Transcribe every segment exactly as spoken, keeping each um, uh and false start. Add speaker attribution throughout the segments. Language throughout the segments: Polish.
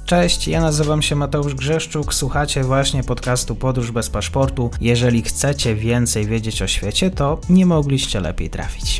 Speaker 1: Cześć, ja nazywam się Mateusz Grzeszczuk, słuchacie właśnie podcastu Podróż bez paszportu. Jeżeli chcecie więcej wiedzieć o świecie, to nie mogliście lepiej trafić.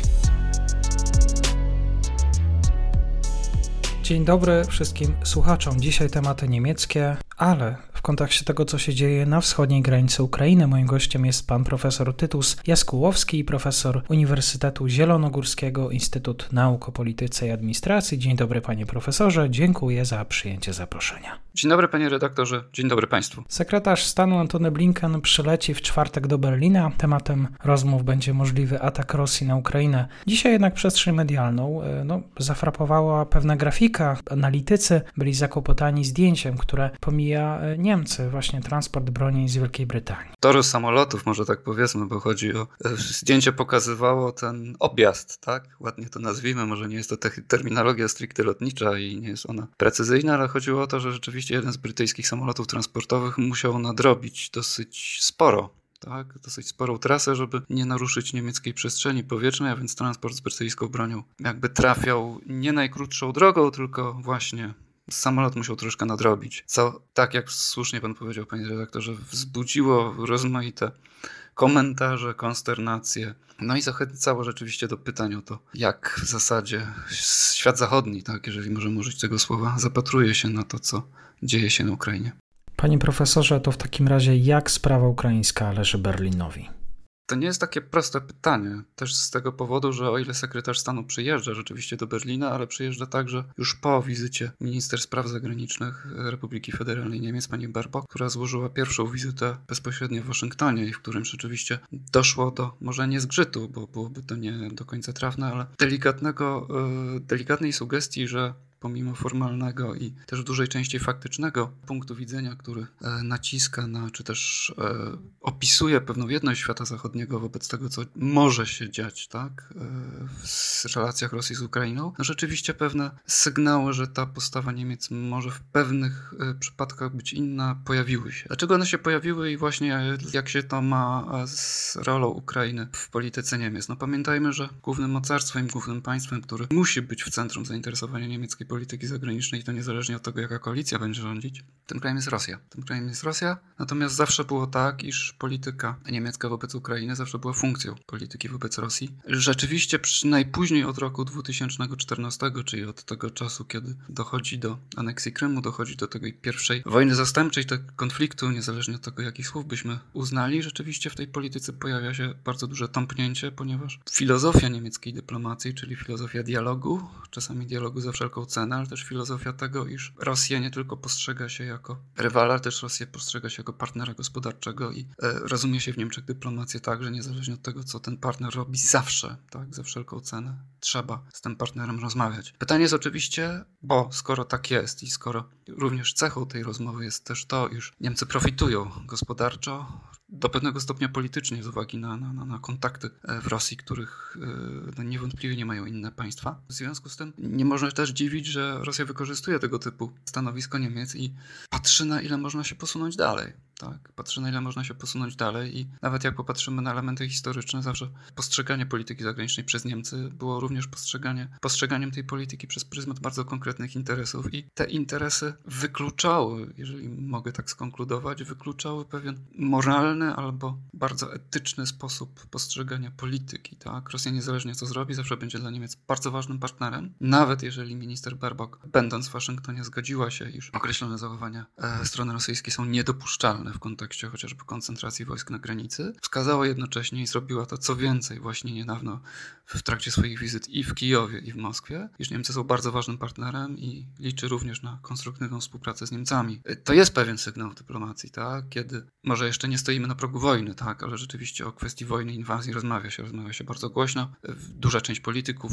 Speaker 1: Dzień dobry wszystkim słuchaczom. Dzisiaj tematy niemieckie, ale w kontekście tego, co się dzieje na wschodniej granicy Ukrainy, moim gościem jest pan profesor Tytus Jaskułowski, profesor Uniwersytetu Zielonogórskiego, Instytut Nauk o Polityce i Administracji. Dzień dobry panie profesorze, dziękuję za przyjęcie zaproszenia.
Speaker 2: Dzień dobry panie redaktorze, dzień dobry państwu.
Speaker 1: Sekretarz stanu Antony Blinken przyleci w czwartek do Berlina. Tematem rozmów będzie możliwy atak Rosji na Ukrainę. Dzisiaj jednak przestrzeń medialną no, zafrapowała pewna grafika. Analitycy byli zakłopotani zdjęciem, które pomija Niemcy, właśnie transport broni z Wielkiej Brytanii.
Speaker 2: Toru samolotów, może tak powiedzmy, bo chodzi o... Zdjęcie pokazywało ten objazd, tak? Ładnie to nazwijmy, może nie jest to terminologia stricte lotnicza i nie jest ona precyzyjna, ale chodziło o to, że rzeczywiście jeden z brytyjskich samolotów transportowych musiał nadrobić dosyć sporo. Tak, dosyć sporą trasę, żeby nie naruszyć niemieckiej przestrzeni powietrznej, a więc transport z brytyjską bronią jakby trafiał nie najkrótszą drogą, tylko właśnie samolot musiał troszkę nadrobić. Co, tak jak słusznie pan powiedział, panie redaktorze, wzbudziło rozmaite komentarze, konsternacje. No i zachęcało rzeczywiście do pytań o to, jak w zasadzie świat zachodni, tak, jeżeli możemy użyć tego słowa, zapatruje się na to, co dzieje się na Ukrainie.
Speaker 1: Panie profesorze, to w takim razie jak sprawa ukraińska leży Berlinowi?
Speaker 2: To nie jest takie proste pytanie, też z tego powodu, że o ile sekretarz stanu przyjeżdża rzeczywiście do Berlina, ale przyjeżdża także już po wizycie minister spraw zagranicznych Republiki Federalnej Niemiec, pani Baerbock, która złożyła pierwszą wizytę bezpośrednio w Waszyngtonie i w którym rzeczywiście doszło do, może nie zgrzytu, bo byłoby to nie do końca trafne, ale delikatnego, delikatnej sugestii, że pomimo formalnego i też w dużej części faktycznego punktu widzenia, który e, naciska na, czy też e, opisuje pewną jedność świata zachodniego wobec tego, co może się dziać, tak, e, w relacjach Rosji z Ukrainą, no rzeczywiście pewne sygnały, że ta postawa Niemiec może w pewnych e, przypadkach być inna, pojawiły się. Dlaczego one się pojawiły i właśnie jak się to ma z rolą Ukrainy w polityce Niemiec? No pamiętajmy, że głównym mocarstwem, głównym państwem, który musi być w centrum zainteresowania niemieckiej polityki zagranicznej, to niezależnie od tego, jaka koalicja będzie rządzić, tym krajem jest Rosja. Tym krajem jest Rosja, natomiast zawsze było tak, iż polityka niemiecka wobec Ukrainy zawsze była funkcją polityki wobec Rosji. Rzeczywiście przy, najpóźniej od roku dwa tysiące czternastego, czyli od tego czasu, kiedy dochodzi do aneksji Krymu, dochodzi do tej pierwszej wojny zastępczej, tego konfliktu, niezależnie od tego, jakich słów byśmy uznali, rzeczywiście w tej polityce pojawia się bardzo duże tąpnięcie, ponieważ filozofia niemieckiej dyplomacji, czyli filozofia dialogu, czasami dialogu za wszelką cenę, ale też filozofia tego, iż Rosja nie tylko postrzega się jako rywala, ale też Rosja postrzega się jako partnera gospodarczego i e, rozumie się w Niemczech dyplomację tak, że niezależnie od tego, co ten partner robi, zawsze, tak, za wszelką cenę trzeba z tym partnerem rozmawiać. Pytanie jest oczywiście, bo skoro tak jest i skoro również cechą tej rozmowy jest też to, iż Niemcy profitują gospodarczo, do pewnego stopnia politycznie z uwagi na, na, na kontakty w Rosji, których no, niewątpliwie nie mają inne państwa. W związku z tym nie można też dziwić, że Rosja wykorzystuje tego typu stanowisko Niemiec i patrzy, na ile można się posunąć dalej. Tak, patrzy, na ile można się posunąć dalej i nawet jak popatrzymy na elementy historyczne, zawsze postrzeganie polityki zagranicznej przez Niemcy było również postrzeganie, postrzeganiem tej polityki przez pryzmat bardzo konkretnych interesów i te interesy wykluczały, jeżeli mogę tak skonkludować, wykluczały pewien moralny albo bardzo etyczny sposób postrzegania polityki. Tak? Rosja niezależnie co zrobi, zawsze będzie dla Niemiec bardzo ważnym partnerem, nawet jeżeli minister Baerbock, będąc w Waszyngtonie, zgodziła się, iż określone zachowania e, strony rosyjskiej są niedopuszczalne w kontekście chociażby koncentracji wojsk na granicy, wskazała jednocześnie i zrobiła to co więcej właśnie niedawno w trakcie swoich wizyt i w Kijowie, i w Moskwie, iż Niemcy są bardzo ważnym partnerem i liczy również na konstruktywną współpracę z Niemcami. To jest pewien sygnał w dyplomacji, tak? Kiedy może jeszcze nie stoimy na progu wojny, tak? Ale rzeczywiście o kwestii wojny, inwazji rozmawia się, rozmawia się bardzo głośno. Duża część polityków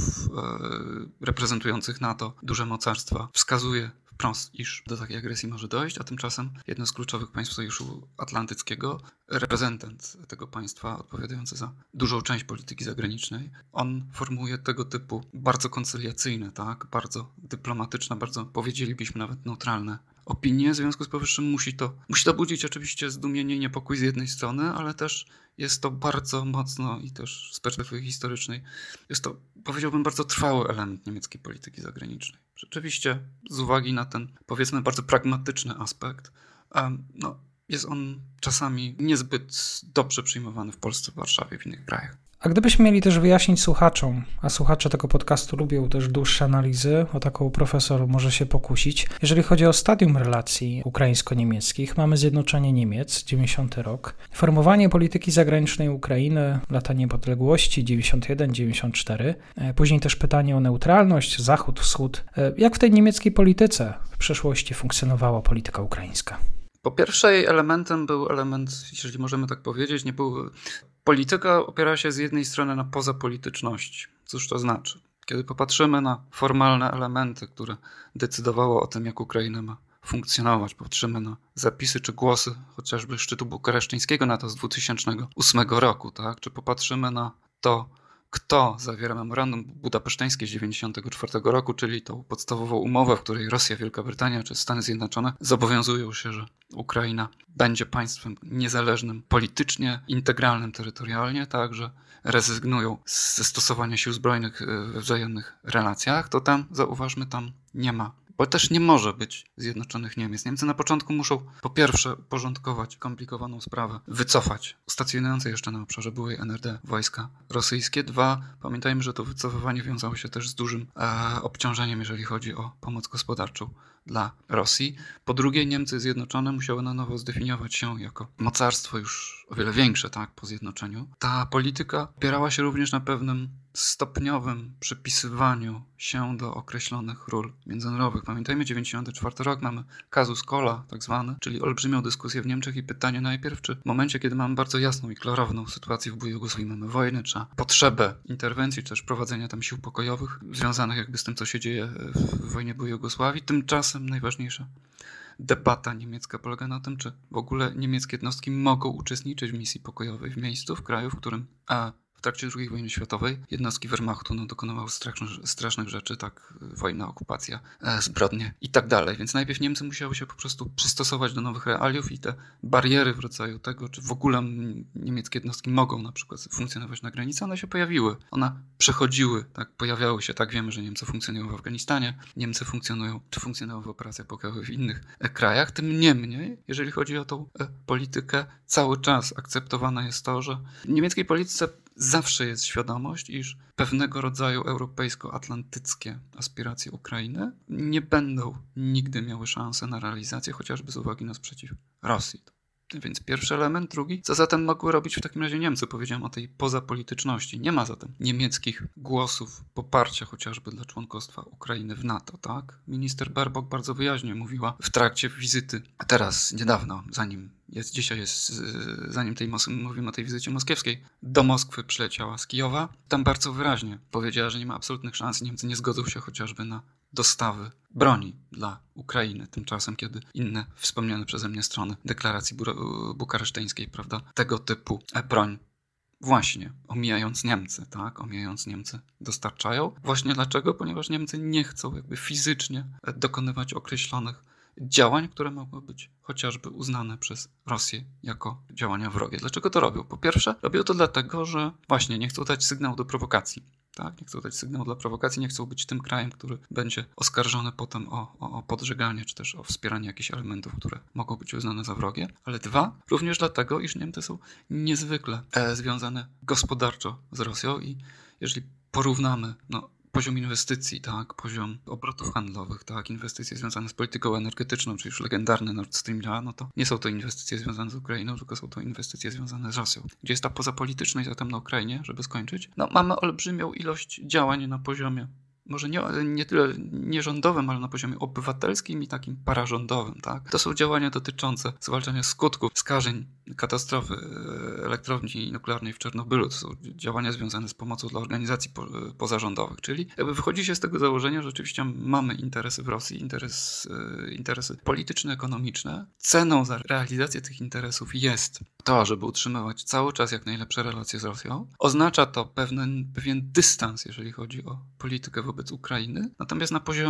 Speaker 2: e, reprezentujących NATO, duże mocarstwa wskazuje wprost, iż do takiej agresji może dojść, a tymczasem jedno z kluczowych państw Sojuszu Atlantyckiego, reprezentant tego państwa odpowiadający za dużą część polityki zagranicznej, on formułuje tego typu bardzo koncyliacyjne, tak, bardzo dyplomatyczne, bardzo powiedzielibyśmy nawet neutralne opinię. W związku z powyższym musi to, musi to budzić oczywiście zdumienie i niepokój z jednej strony, ale też jest to bardzo mocno i też z perspektywy historycznej jest to, powiedziałbym, bardzo trwały element niemieckiej polityki zagranicznej. Rzeczywiście z uwagi na ten, powiedzmy, bardzo pragmatyczny aspekt, no, jest on czasami niezbyt dobrze przyjmowany w Polsce, w Warszawie, w innych krajach.
Speaker 1: A gdybyśmy mieli też wyjaśnić słuchaczom, a słuchacze tego podcastu lubią też dłuższe analizy, o taką profesor może się pokusić. Jeżeli chodzi o stadium relacji ukraińsko-niemieckich, mamy zjednoczenie Niemiec, dziewięćdziesiąty rok, formowanie polityki zagranicznej Ukrainy, lata niepodległości, dziewięćdziesiąty pierwszy dziewięćdziesiąty czwarty, później też pytanie o neutralność, zachód, wschód. Jak w tej niemieckiej polityce w przeszłości funkcjonowała polityka ukraińska?
Speaker 2: Po pierwsze jej elementem był element, jeżeli możemy tak powiedzieć, nie był... Polityka opiera się z jednej strony na pozapolityczności. Cóż to znaczy? Kiedy popatrzymy na formalne elementy, które decydowały o tym, jak Ukraina ma funkcjonować, patrzymy na zapisy czy głosy chociażby szczytu bukareszteńskiego na to z dwa tysiące ósmego roku, tak? Czy popatrzymy na to, kto zawiera memorandum budapeszteńskie z tysiąc dziewięćset dziewięćdziesiątego czwartego roku, czyli tą podstawową umowę, w której Rosja, Wielka Brytania czy Stany Zjednoczone zobowiązują się, że Ukraina będzie państwem niezależnym politycznie, integralnym terytorialnie, tak, że rezygnują ze stosowania sił zbrojnych we wzajemnych relacjach, to tam, zauważmy, tam nie ma, bo też nie może być zjednoczonych Niemiec. Niemcy na początku muszą po pierwsze porządkować komplikowaną sprawę, wycofać stacjonujące jeszcze na obszarze byłej N R D wojska rosyjskie. Dwa, pamiętajmy, że to wycofywanie wiązało się też z dużym e, obciążeniem, jeżeli chodzi o pomoc gospodarczą dla Rosji. Po drugie, Niemcy zjednoczone musiały na nowo zdefiniować się jako mocarstwo już o wiele większe, tak, po zjednoczeniu. Ta polityka opierała się również na pewnym stopniowym przypisywaniu się do określonych ról międzynarodowych. Pamiętajmy, dziewięćdziesiąty czwarty rok, mamy kazus Kohla, tak zwany, czyli olbrzymią dyskusję w Niemczech i pytanie najpierw, czy w momencie, kiedy mamy bardzo jasną i klarowną sytuację w byłej Jugosławii, mamy wojnę, czy potrzebę interwencji, czy też prowadzenia tam sił pokojowych, związanych jakby z tym, co się dzieje w wojnie byłej Jugosławii. Tymczasem najważniejsza debata niemiecka polega na tym, czy w ogóle niemieckie jednostki mogą uczestniczyć w misji pokojowej w miejscu, w kraju, w którym a w trakcie drugiej wojny światowej jednostki Wehrmachtu no, dokonywały strasznych, strasznych rzeczy, tak, wojna, okupacja, e, zbrodnie i tak dalej. Więc najpierw Niemcy musiały się po prostu przystosować do nowych realiów i te bariery w rodzaju tego, czy w ogóle niemieckie jednostki mogą na przykład funkcjonować na granicy, one się pojawiły. One przechodziły, tak, pojawiały się, tak, wiemy, że Niemcy funkcjonują w Afganistanie, Niemcy funkcjonują, czy funkcjonują w operacjach pokojowych w innych e, krajach. Tym niemniej, jeżeli chodzi o tą e, politykę, cały czas akceptowane jest to, że w niemieckiej polityce zawsze jest świadomość, iż pewnego rodzaju europejsko-atlantyckie aspiracje Ukrainy nie będą nigdy miały szansy na realizację, chociażby z uwagi na sprzeciw Rosji. Więc pierwszy element, drugi. Co zatem mogły robić w takim razie Niemcy? Powiedziałem o tej pozapolityczności. Nie ma zatem niemieckich głosów poparcia chociażby dla członkostwa Ukrainy w NATO, tak? Minister Baerbock bardzo wyraźnie mówiła w trakcie wizyty, a teraz niedawno, zanim jest, dzisiaj jest, zanim tej mówimy o tej wizycie moskiewskiej, do Moskwy przyleciała z Kijowa. Tam bardzo wyraźnie powiedziała, że nie ma absolutnych szans. Niemcy nie zgodzą się chociażby na dostawy broni dla Ukrainy, tymczasem kiedy inne wspomniane przeze mnie strony deklaracji bu- bukareszteńskiej, prawda, tego typu broń właśnie omijając Niemcy, tak, omijając Niemcy dostarczają. Właśnie dlaczego? Ponieważ Niemcy nie chcą jakby fizycznie dokonywać określonych działań, które mogły być chociażby uznane przez Rosję jako działania wrogie. Dlaczego to robią? Po pierwsze, robią to dlatego, że właśnie nie chcą dać sygnału do prowokacji. Tak? Nie chcą dać sygnału dla prowokacji, nie chcą być tym krajem, który będzie oskarżony potem o, o, o podżeganie, czy też o wspieranie jakichś elementów, które mogą być uznane za wrogie. Ale dwa, również dlatego, iż Niemcy są niezwykle e, związane gospodarczo z Rosją i jeżeli porównamy, no, poziom inwestycji, tak, poziom obrotów handlowych, tak, inwestycje związane z polityką energetyczną, czy już legendarny Nord Stream dwa, no to nie są to inwestycje związane z Ukrainą, tylko są to inwestycje związane z Rosją. Gdzie jest ta pozapolityczność zatem na Ukrainie, żeby skończyć? No, mamy olbrzymią ilość działań na poziomie może nie, nie tyle nierządowym, ale na poziomie obywatelskim i takim pararządowym. Tak? To są działania dotyczące zwalczania skutków skażeń katastrofy elektrowni nuklearnej w Czarnobylu. To są działania związane z pomocą dla organizacji po, pozarządowych. Czyli jakby wychodzi się z tego założenia, że rzeczywiście mamy interesy w Rosji, interes, interesy polityczne, ekonomiczne. Ceną za realizację tych interesów jest to, żeby utrzymywać cały czas jak najlepsze relacje z Rosją. Oznacza to pewien, pewien dystans, jeżeli chodzi o politykę wobec Ukrainy. Natomiast na poziomie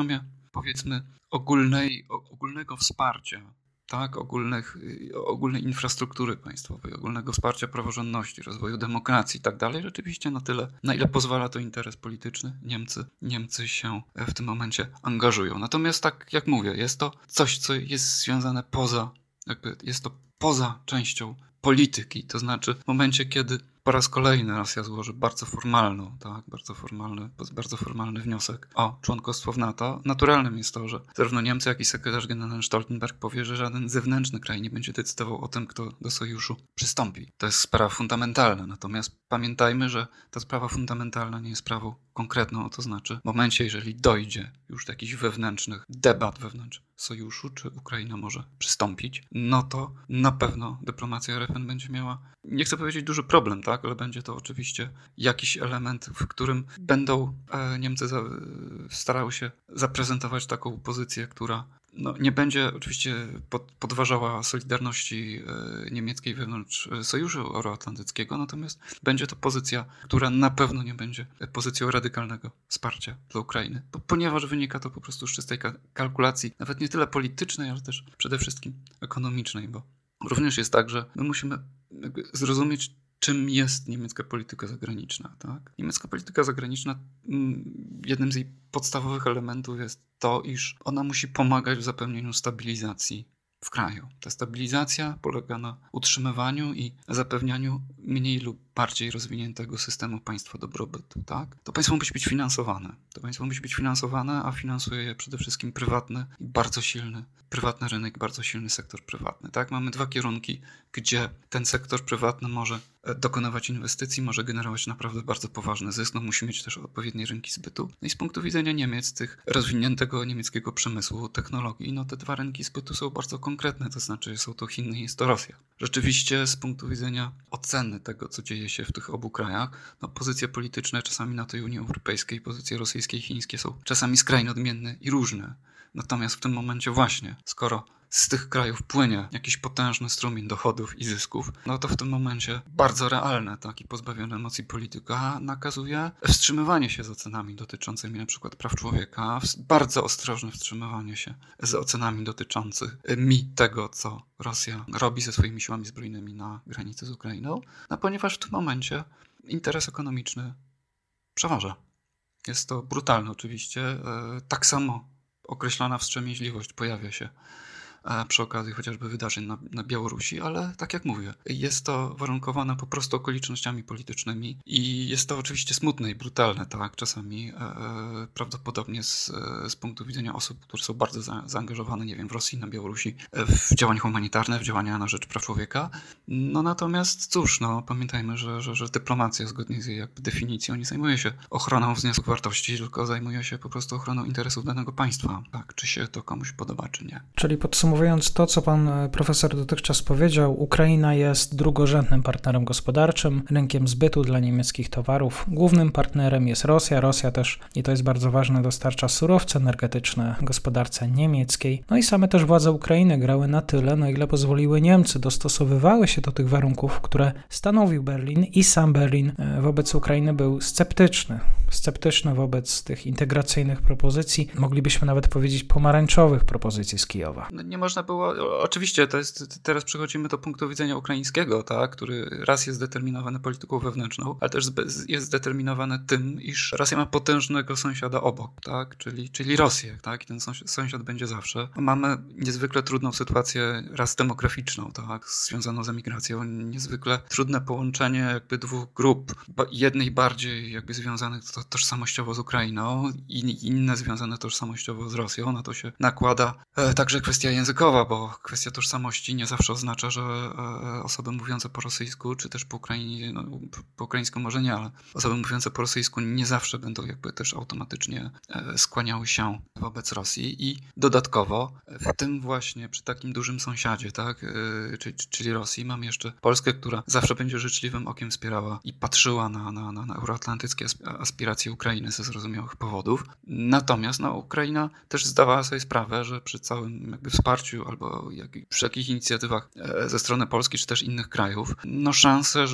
Speaker 2: powiedzmy ogólnej, ogólnego wsparcia, tak, ogólnych, ogólnej infrastruktury państwowej, ogólnego wsparcia praworządności, rozwoju demokracji i tak dalej, rzeczywiście na tyle, na ile pozwala to interes polityczny, Niemcy, Niemcy się w tym momencie angażują. Natomiast tak jak mówię, jest to coś, co jest związane poza, jakby jest to poza częścią polityki, to znaczy w momencie, kiedy po raz kolejny Rosja złoży bardzo formalną, tak, bardzo formalny, bardzo formalny wniosek o członkostwo w NATO. Naturalnym jest to, że zarówno Niemcy, jak i sekretarz generalny Stoltenberg powie, że żaden zewnętrzny kraj nie będzie decydował o tym, kto do sojuszu przystąpi. To jest sprawa fundamentalna. Natomiast pamiętajmy, że ta sprawa fundamentalna nie jest sprawą konkretną, to znaczy w momencie, jeżeli dojdzie już do jakichś wewnętrznych debat wewnątrz sojuszu, czy Ukraina może przystąpić, no to na pewno dyplomacja R F N będzie miała, nie chcę powiedzieć duży problem, tak, ale będzie to oczywiście jakiś element, w którym będą e, Niemcy za, starały się zaprezentować taką pozycję, która no, nie będzie oczywiście pod, podważała solidarności e, niemieckiej wewnątrz Sojuszu Euroatlantyckiego, natomiast będzie to pozycja, która na pewno nie będzie pozycją radykalnego wsparcia dla Ukrainy, bo, ponieważ wynika to po prostu z czystej ka- kalkulacji, nawet nie tyle politycznej, ale też przede wszystkim ekonomicznej, bo również jest tak, że my musimy jakby zrozumieć, czym jest niemiecka polityka zagraniczna. Tak? Niemiecka polityka zagraniczna, jednym z jej podstawowych elementów jest to, iż ona musi pomagać w zapewnieniu stabilizacji w kraju. Ta stabilizacja polega na utrzymywaniu i zapewnianiu mniej lub bardziej rozwiniętego systemu państwa dobrobytu. Tak? To państwo musi być finansowane. To państwo musi być finansowane, a finansuje je przede wszystkim prywatny i bardzo silny, prywatny rynek, bardzo silny sektor prywatny. Tak? Mamy dwa kierunki, gdzie ten sektor prywatny może dokonywać inwestycji, może generować naprawdę bardzo poważny zysk. No, musi mieć też odpowiednie rynki zbytu. No i z punktu widzenia Niemiec, tych rozwiniętego niemieckiego przemysłu, technologii, no te dwa rynki zbytu są bardzo konkretne, to znaczy są to Chiny i jest to Rosja. Rzeczywiście z punktu widzenia oceny tego, co dzieje się w tych obu krajach, no pozycje polityczne czasami na tej Unii Europejskiej, pozycje rosyjskie i chińskie są czasami skrajnie odmienne i różne. Natomiast w tym momencie właśnie, skoro z tych krajów płynie jakiś potężny strumień dochodów i zysków, no to w tym momencie bardzo realne, tak, i pozbawione emocji polityka nakazuje wstrzymywanie się z ocenami dotyczącymi na przykład praw człowieka, bardzo ostrożne wstrzymywanie się z ocenami dotyczącymi tego, co Rosja robi ze swoimi siłami zbrojnymi na granicy z Ukrainą, no ponieważ w tym momencie interes ekonomiczny przeważa. Jest to brutalne oczywiście, tak samo określona wstrzemięźliwość pojawia się przy okazji chociażby wydarzeń na, na Białorusi, ale tak jak mówię, jest to warunkowane po prostu okolicznościami politycznymi i jest to oczywiście smutne i brutalne, tak, czasami e, prawdopodobnie z, z punktu widzenia osób, które są bardzo za, zaangażowane, nie wiem, w Rosji, na Białorusi, w działania humanitarne, w działania na rzecz praw człowieka. No natomiast cóż, no pamiętajmy, że, że, że dyplomacja zgodnie z jej jakby definicją nie zajmuje się ochroną wzniosłych wartości, tylko zajmuje się po prostu ochroną interesów danego państwa, tak, czy się to komuś podoba, czy nie.
Speaker 1: Czyli podsumowując to, co pan profesor dotychczas powiedział, Ukraina jest drugorzędnym partnerem gospodarczym, rynkiem zbytu dla niemieckich towarów. Głównym partnerem jest Rosja. Rosja też, i to jest bardzo ważne, dostarcza surowce energetyczne gospodarce niemieckiej. No i same też władze Ukrainy grały na tyle, na ile pozwoliły Niemcy, dostosowywały się do tych warunków, które stanowił Berlin, i sam Berlin wobec Ukrainy był sceptyczny. Sceptyczny wobec tych integracyjnych propozycji, moglibyśmy nawet powiedzieć pomarańczowych propozycji z Kijowa.
Speaker 2: No nie można było, oczywiście to jest, teraz przechodzimy do punktu widzenia ukraińskiego, tak, który raz jest zdeterminowany polityką wewnętrzną, ale też jest zdeterminowany tym, iż Rosja ma potężnego sąsiada obok, tak, czyli, czyli Rosję, tak, i ten sąsiad będzie zawsze. Mamy niezwykle trudną sytuację raz demograficzną, tak, związaną z emigracją, niezwykle trudne połączenie jakby dwóch grup, jednej bardziej jakby związanych to, tożsamościowo z Ukrainą i inne związane tożsamościowo z Rosją. Na to się nakłada e, także kwestia językowa, bo kwestia tożsamości nie zawsze oznacza, że e, osoby mówiące po rosyjsku, czy też po, Ukrainie, no, po ukraińsku może nie, ale osoby mówiące po rosyjsku nie zawsze będą jakby też automatycznie e, skłaniały się wobec Rosji i dodatkowo w tym właśnie przy takim dużym sąsiadzie, tak, e, czyli, czyli Rosji, mam jeszcze Polskę, która zawsze będzie życzliwym okiem wspierała i patrzyła na, na, na euroatlantyckie aspiracje Ukrainy ze zrozumiałych powodów. Natomiast no, Ukraina też zdawała sobie sprawę, że przy całym jakby wsparciu albo jak, przy jakichś inicjatywach ze strony Polski czy też innych krajów, no szanse, że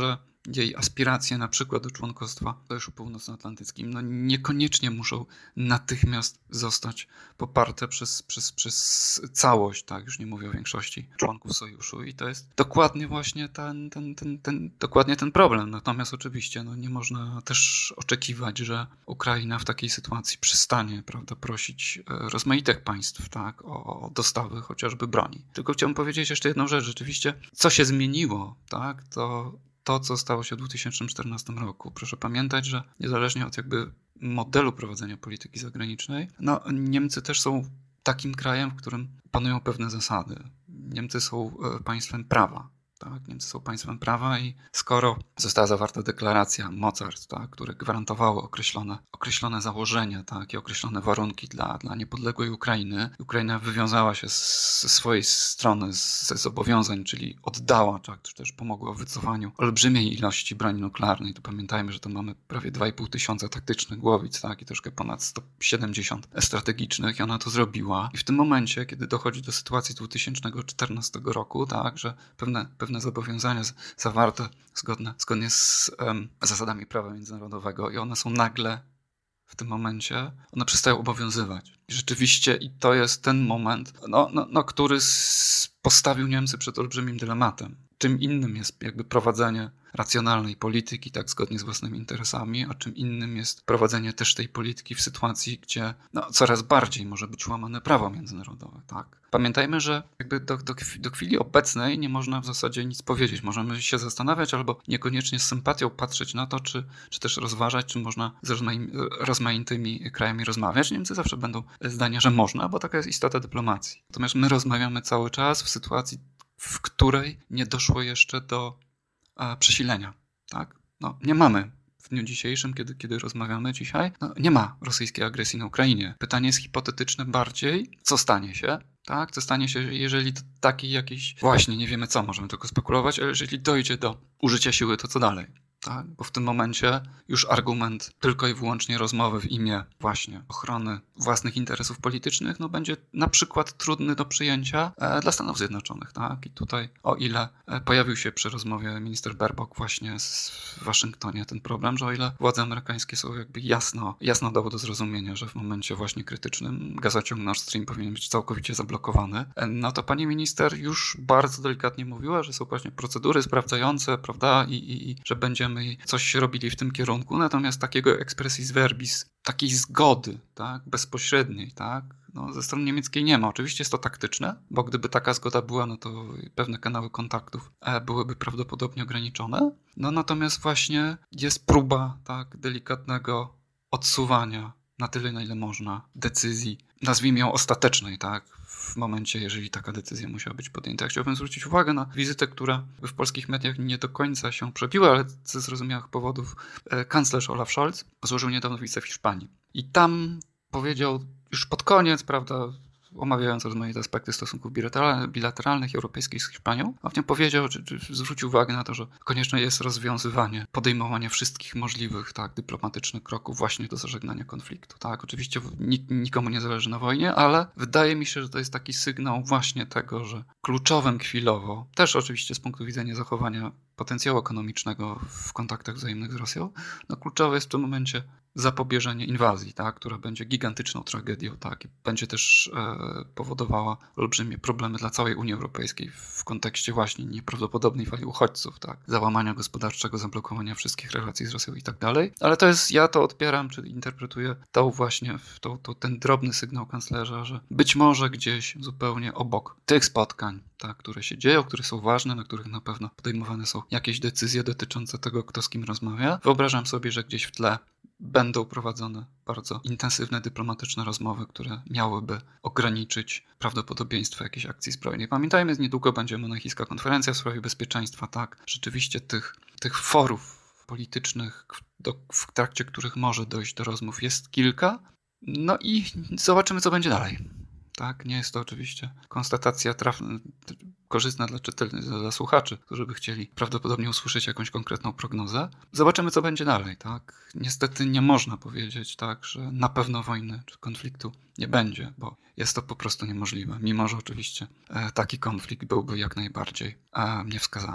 Speaker 2: jej aspiracje na przykład do członkostwa w Sojuszu Północnoatlantyckim no niekoniecznie muszą natychmiast zostać poparte przez, przez, przez całość, tak, już nie mówię o większości członków Sojuszu i to jest dokładnie właśnie ten, ten, ten, ten, dokładnie ten problem. Natomiast oczywiście no, nie można też oczekiwać, że Ukraina w takiej sytuacji przestanie, prawda, prosić rozmaitych państw, tak, o dostawy chociażby broni. Tylko chciałbym powiedzieć jeszcze jedną rzecz. Rzeczywiście, co się zmieniło, tak, to to, co stało się w dwa tysiące czternastym roku. Proszę pamiętać, że niezależnie od jakby modelu prowadzenia polityki zagranicznej, no Niemcy też są takim krajem, w którym panują pewne zasady. Niemcy są państwem prawa. Tak, Niemcy są państwem prawa i skoro została zawarta deklaracja mocarstw, tak, które gwarantowały określone, określone założenia, tak, i określone warunki dla, dla niepodległej Ukrainy, Ukraina wywiązała się z, ze swojej strony ze zobowiązań, czyli oddała, tak, czy też pomogła w wycofaniu olbrzymiej ilości broni nuklearnej. Tu pamiętajmy, że to mamy prawie dwa i pół tysiąca taktycznych głowic, tak, i troszkę ponad sto siedemdziesiąt strategicznych i ona to zrobiła. I w tym momencie, kiedy dochodzi do sytuacji z dwa tysiące czternastego roku, tak, że pewne pewne zobowiązania zawarte zgodne, zgodnie z um, zasadami prawa międzynarodowego i one są nagle w tym momencie, one przestają obowiązywać. I rzeczywiście i to jest ten moment, no, no, no, który postawił Niemcy przed olbrzymim dylematem. Czym innym jest jakby prowadzenie racjonalnej polityki, tak zgodnie z własnymi interesami, a czym innym jest prowadzenie też tej polityki w sytuacji, gdzie no, coraz bardziej może być łamane prawo międzynarodowe. Tak. Pamiętajmy, że jakby do, do, do chwili obecnej nie można w zasadzie nic powiedzieć. Możemy się zastanawiać albo niekoniecznie z sympatią patrzeć na to, czy, czy też rozważać, czy można z rozmai- rozmaitymi krajami rozmawiać. Niemcy zawsze będą zdania, że można, bo taka jest istota dyplomacji. Natomiast my rozmawiamy cały czas w sytuacji, w której nie doszło jeszcze do e, przesilenia. Tak? No, nie mamy w dniu dzisiejszym, kiedy, kiedy rozmawiamy dzisiaj, no, nie ma rosyjskiej agresji na Ukrainie. Pytanie jest hipotetyczne bardziej, co stanie się, tak? Co stanie się, jeżeli do takiej jakiejś, właśnie nie wiemy co, możemy tylko spekulować, ale jeżeli dojdzie do użycia siły, to co dalej? Tak? Bo w tym momencie już argument tylko i wyłącznie rozmowy w imię właśnie ochrony własnych interesów politycznych no będzie na przykład trudny do przyjęcia e, dla Stanów Zjednoczonych. Tak? I tutaj o ile e, pojawił się przy rozmowie minister Baerbock właśnie z, w Waszyngtonie ten problem, że o ile władze amerykańskie są jakby jasno, jasno dało do zrozumienia, że w momencie właśnie krytycznym gazociąg Nord Stream powinien być całkowicie zablokowany, e, no to pani minister już bardzo delikatnie mówiła, że są właśnie procedury sprawdzające, prawda, i, i, i że będziemy coś robili w tym kierunku, natomiast takiego expressis verbis, takiej zgody, tak, bezpośredniej, tak, no, ze strony niemieckiej nie ma. Oczywiście jest to taktyczne, bo gdyby taka zgoda była, no to pewne kanały kontaktów byłyby prawdopodobnie ograniczone, no natomiast właśnie jest próba, tak, delikatnego odsuwania na tyle, na ile można decyzji, nazwijmy ją ostatecznej, tak, w momencie, jeżeli taka decyzja musiała być podjęta. Ja chciałbym zwrócić uwagę na wizytę, która w polskich mediach nie do końca się przebiła, ale ze zrozumiałych powodów kanclerz Olaf Scholz złożył niedawno wizytę w Hiszpanii. I tam powiedział już pod koniec, prawda, omawiając rozmaite aspekty stosunków bilateralnych europejskich z Hiszpanią, a w nim powiedział, czy, czy zwrócił uwagę na to, że konieczne jest rozwiązywanie, podejmowanie wszystkich możliwych, tak, dyplomatycznych kroków właśnie do zażegnania konfliktu. Tak, oczywiście nik- nikomu nie zależy na wojnie, ale wydaje mi się, że to jest taki sygnał właśnie tego, że kluczowym chwilowo, też oczywiście z punktu widzenia zachowania potencjału ekonomicznego w kontaktach wzajemnych z Rosją, no kluczowe jest w tym momencie zapobieżenie inwazji, tak, która będzie gigantyczną tragedią, tak, i będzie też e, powodowała olbrzymie problemy dla całej Unii Europejskiej w kontekście właśnie nieprawdopodobnej fali uchodźców, tak, załamania gospodarczego, zablokowania wszystkich relacji z Rosją i tak dalej. Ale to jest, ja to odbieram, czyli interpretuję to właśnie, to, to ten drobny sygnał kanclerza, że być może gdzieś zupełnie obok tych spotkań, tak, które się dzieją, które są ważne, na których na pewno podejmowane są jakieś decyzje dotyczące tego, kto z kim rozmawia. Wyobrażam sobie, że gdzieś w tle będą prowadzone bardzo intensywne dyplomatyczne rozmowy, które miałyby ograniczyć prawdopodobieństwo jakiejś akcji zbrojnej. Pamiętajmy, niedługo będzie monachijska konferencja w sprawie bezpieczeństwa, tak? Rzeczywiście tych, tych forów politycznych, do, w trakcie których może dojść do rozmów, jest kilka. No i zobaczymy, co będzie dalej. Tak, nie jest to oczywiście konstatacja trafna, korzystna dla czytelnych, dla słuchaczy, którzy by chcieli prawdopodobnie usłyszeć jakąś konkretną prognozę. Zobaczymy, co będzie dalej, tak. Niestety nie można powiedzieć, tak, że na pewno wojny czy konfliktu nie będzie, bo jest to po prostu niemożliwe, mimo że oczywiście taki konflikt byłby jak najbardziej niewskazany.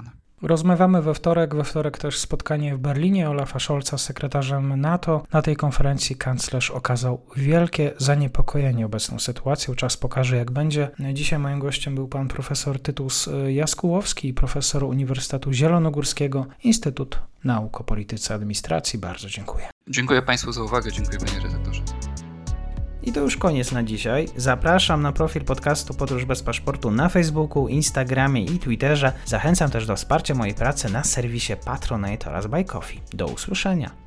Speaker 1: Rozmawiamy we wtorek, we wtorek też spotkanie w Berlinie Olafa Scholza z sekretarzem NATO. Na tej konferencji kanclerz okazał wielkie zaniepokojenie obecną sytuacją. Czas pokaże, jak będzie. Dzisiaj moim gościem był pan profesor Tytus Jaskułowski, profesor Uniwersytetu Zielonogórskiego, Instytut Nauk o Polityce Administracji. Bardzo dziękuję.
Speaker 2: Dziękuję Państwu za uwagę, dziękuję Panie redaktorze.
Speaker 1: I to już koniec na dzisiaj. Zapraszam na profil podcastu Podróż bez paszportu na Facebooku, Instagramie i Twitterze. Zachęcam też do wsparcia mojej pracy na serwisie Patronite oraz Buy Coffee. Do usłyszenia.